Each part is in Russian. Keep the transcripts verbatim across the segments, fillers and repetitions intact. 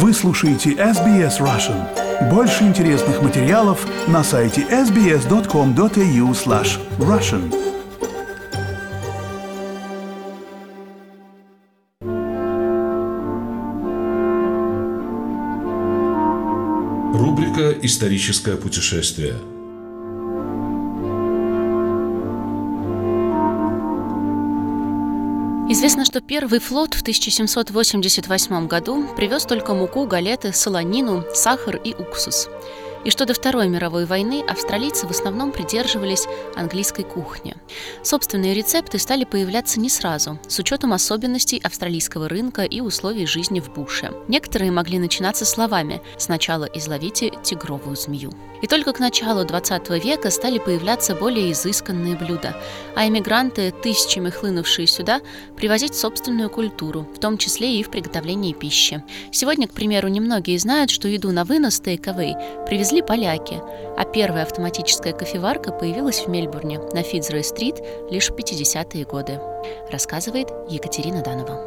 Вы слушаете эс би эс Russian. Больше интересных материалов на сайте эс би эс точка ком точка эй ю слэш Russian. Рубрика «Историческое путешествие». Известно, что первый флот в тысяча семьсот восемьдесят восьмом году привез только муку, галеты, солонину, сахар и уксус. И что до Второй мировой войны австралийцы в основном придерживались английской кухни. Собственные рецепты стали появляться не сразу, с учетом особенностей австралийского рынка и условий жизни в буше. Некоторые могли начинаться словами «сначала изловите тигровую змею». И только к началу двадцатого века стали появляться более изысканные блюда, а эмигранты, тысячами хлынувшие сюда, привозить собственную культуру, в том числе и в приготовлении пищи. Сегодня, к примеру, немногие знают, что еду на вынос take-away привезли поляки, а первая автоматическая кофеварка появилась в Мельбурне на Фицрой-стрит лишь в пятидесятые годы, рассказывает Екатерина Данова.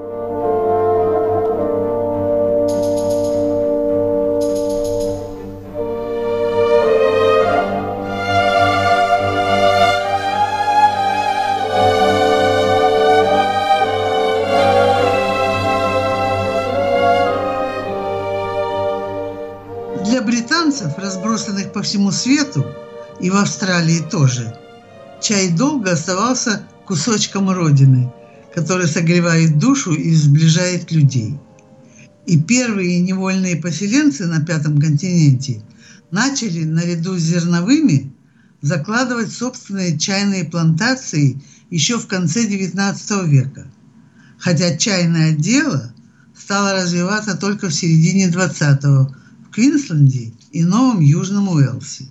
Для британцев, разбросанных по всему свету, и в Австралии тоже, чай долго оставался кусочком родины, который согревает душу и сближает людей. И первые невольные поселенцы на Пятом континенте начали, наряду с зерновыми, закладывать собственные чайные плантации еще в конце девятнадцатого века, хотя чайное дело стало развиваться только в середине двадцатого в Квинсленде и Новом Южном Уэльсе.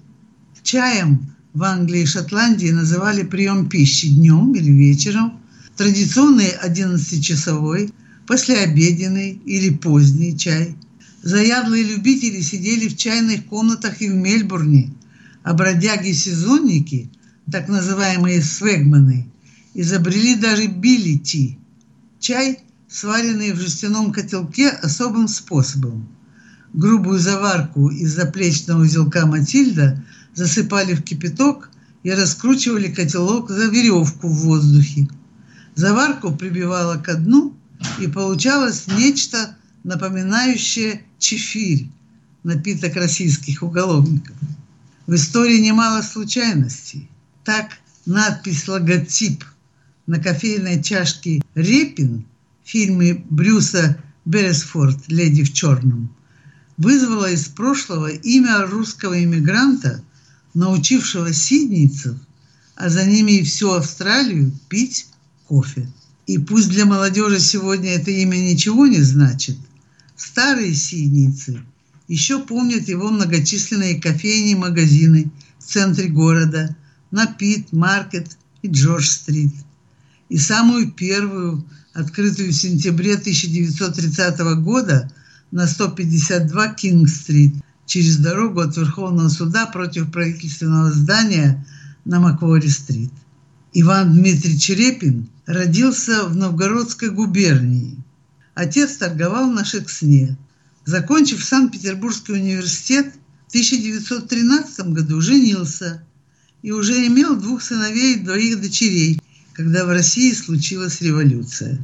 Чаем в Англии и Шотландии называли прием пищи днем или вечером, традиционный одиннадцатичасовой, послеобеденный или поздний чай. Заядлые любители сидели в чайных комнатах и в Мельбурне, а бродяги-сезонники, так называемые свегманы, изобрели даже билли-ти – чай, сваренный в жестяном котелке особым способом. Грубую заварку из заплечного узелка Матильда засыпали в кипяток и раскручивали котелок за веревку в воздухе. Заварку прибивало ко дну, и получалось нечто, напоминающее чефирь, напиток российских уголовников. В истории немало случайностей. Так, надпись-логотип на кофейной чашке «Репин» в фильме Брюса Берресфорд «Леди в черном» вызвала из прошлого имя русского иммигранта, научившего сиднейцев, а за ними и всю Австралию, пить кофе. И пусть для молодежи сегодня это имя ничего не значит, старые сиднейцы еще помнят его многочисленные кофейни и магазины в центре города, на Питт, Маркет и Джордж-стрит. И самую первую, открытую в сентябре тысяча девятьсот тридцатого года, на сто пятьдесят два Кинг-стрит, через дорогу от Верховного суда против правительственного здания на Маквори-стрит. Иван Дмитриевич Репин родился в Новгородской губернии. Отец торговал на Шексне. Закончив Санкт-Петербургский университет, в тысяча девятьсот тринадцатом году женился и уже имел двух сыновей и двоих дочерей, когда в России случилась революция.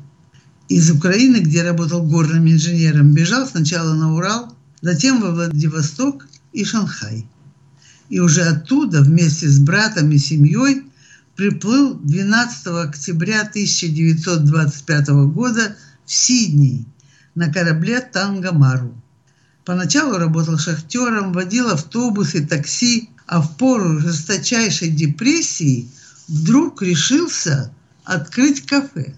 Из Украины, где работал горным инженером, бежал сначала на Урал, затем во Владивосток и Шанхай. И уже оттуда вместе с братом и семьей приплыл двенадцатого октября тысяча девятьсот двадцать пятого года в Сидней на корабле «Тангамару». Поначалу работал шахтером, водил автобусы, такси, а в пору жесточайшей депрессии вдруг решился открыть кафе.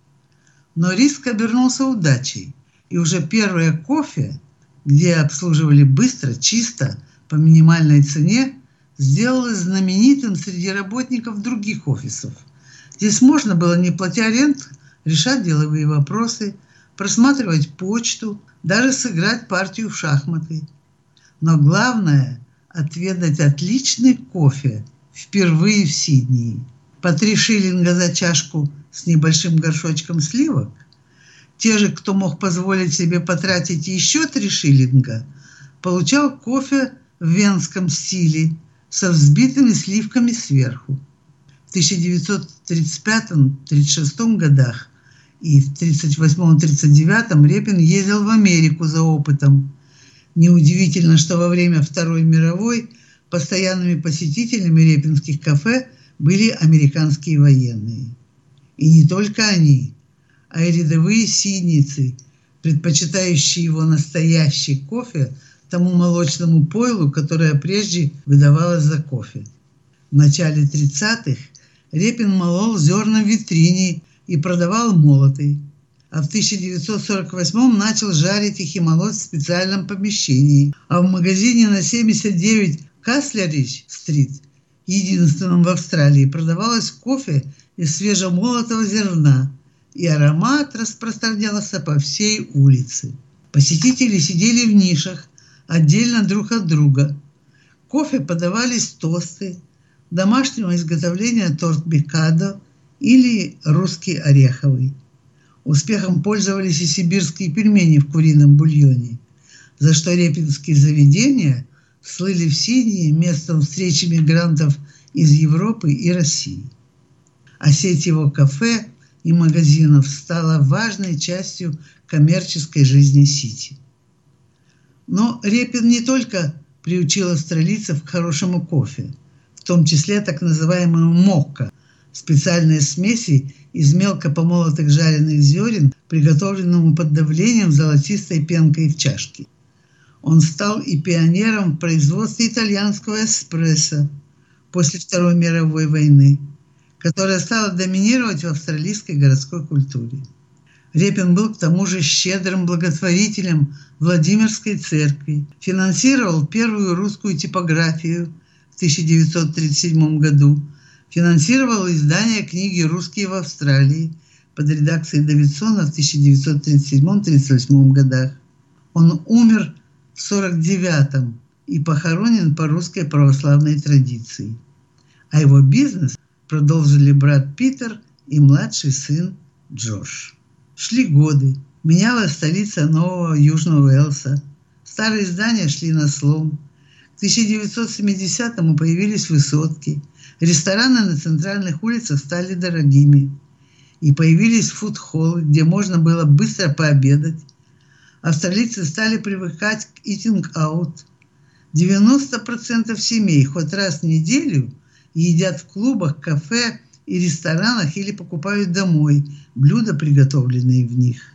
Но риск обернулся удачей, и уже первое кофе, где обслуживали быстро, чисто, по минимальной цене, сделалось знаменитым среди работников других офисов. Здесь можно было, не платя рент, решать деловые вопросы, просматривать почту, даже сыграть партию в шахматы. Но главное – отведать отличный кофе впервые в Сиднее. По три шиллинга за чашку с небольшим горшочком сливок. Те же, кто мог позволить себе потратить еще три шиллинга, получал кофе в венском стиле со взбитыми сливками сверху. В тысяча девятьсот тридцать пятом — тридцать шестом годах и в тридцать восьмом — тридцать девятом Репин ездил в Америку за опытом. Неудивительно, что во время Второй мировой постоянными посетителями репинских кафе были американские военные. И не только они, а и рядовые сиднейцы, предпочитающие его настоящий кофе тому молочному пойлу, которое прежде выдавалось за кофе. В начале тридцатых Репин молол зерна в витрине и продавал молотый, а в тысяча девятьсот сорок восьмом начал жарить их и молоть в специальном помещении. А в магазине на семьдесят девять Каслеридж-стрит, единственном в Австралии, продавалось кофе из свежемолотого зерна, и аромат распространялся по всей улице. Посетители сидели в нишах, отдельно друг от друга. Кофе подавались тосты, домашнего изготовления торт Микадо или русский ореховый. Успехом пользовались и сибирские пельмени в курином бульоне, за что репинские заведения слыли в Сиднее местом встречи мигрантов из Европы и России. А сеть его кафе и магазинов стала важной частью коммерческой жизни Сити. Но Репин не только приучил австралийцев к хорошему кофе, в том числе так называемому мокко, специальной смеси из мелко помолотых жареных зерен, приготовленному под давлением золотистой пенкой в чашке. Он стал и пионером в производстве итальянского эспрессо после Второй мировой войны, которая стала доминировать в австралийской городской культуре. Репин был к тому же щедрым благотворителем Владимирской церкви, финансировал первую русскую типографию в тысяча девятьсот тридцать седьмом году, финансировал издание книги «Русские в Австралии» под редакцией Давидсона в тысяча девятьсот тридцать седьмом — тридцать восьмом годах. Он умер в сорок девятом и похоронен по русской православной традиции. А его бизнес продолжили брат Питер и младший сын Джордж. Шли годы, менялась столица нового Южного Уэльса, старые здания шли на слом. К тысяча девятьсот семидесятому появились высотки, рестораны на центральных улицах стали дорогими, и появились фуд-холлы, где можно было быстро пообедать. Австралийцы стали привыкать к eating out. девяносто процентов семей хоть раз в неделю едят в клубах, кафе и ресторанах или покупают домой блюда, приготовленные в них.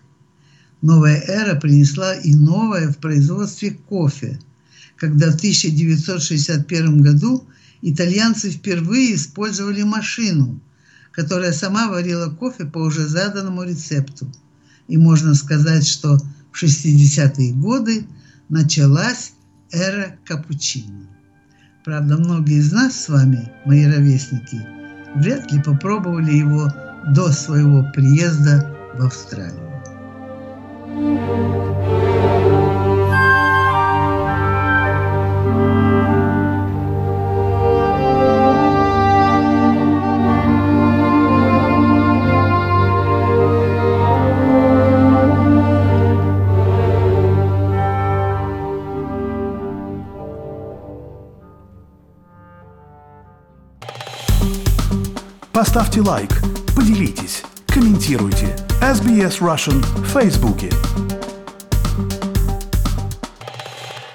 Новая эра принесла и новое в производстве кофе, когда в тысяча девятьсот шестьдесят первом году итальянцы впервые использовали машину, которая сама варила кофе по уже заданному рецепту. И можно сказать, что в шестидесятые годы началась эра капучино. Правда, многие из нас с вами, мои ровесники, вряд ли попробовали его до своего приезда в Австралию. Поставьте лайк, поделитесь, комментируйте. эс би эс Russian в Фейсбуке.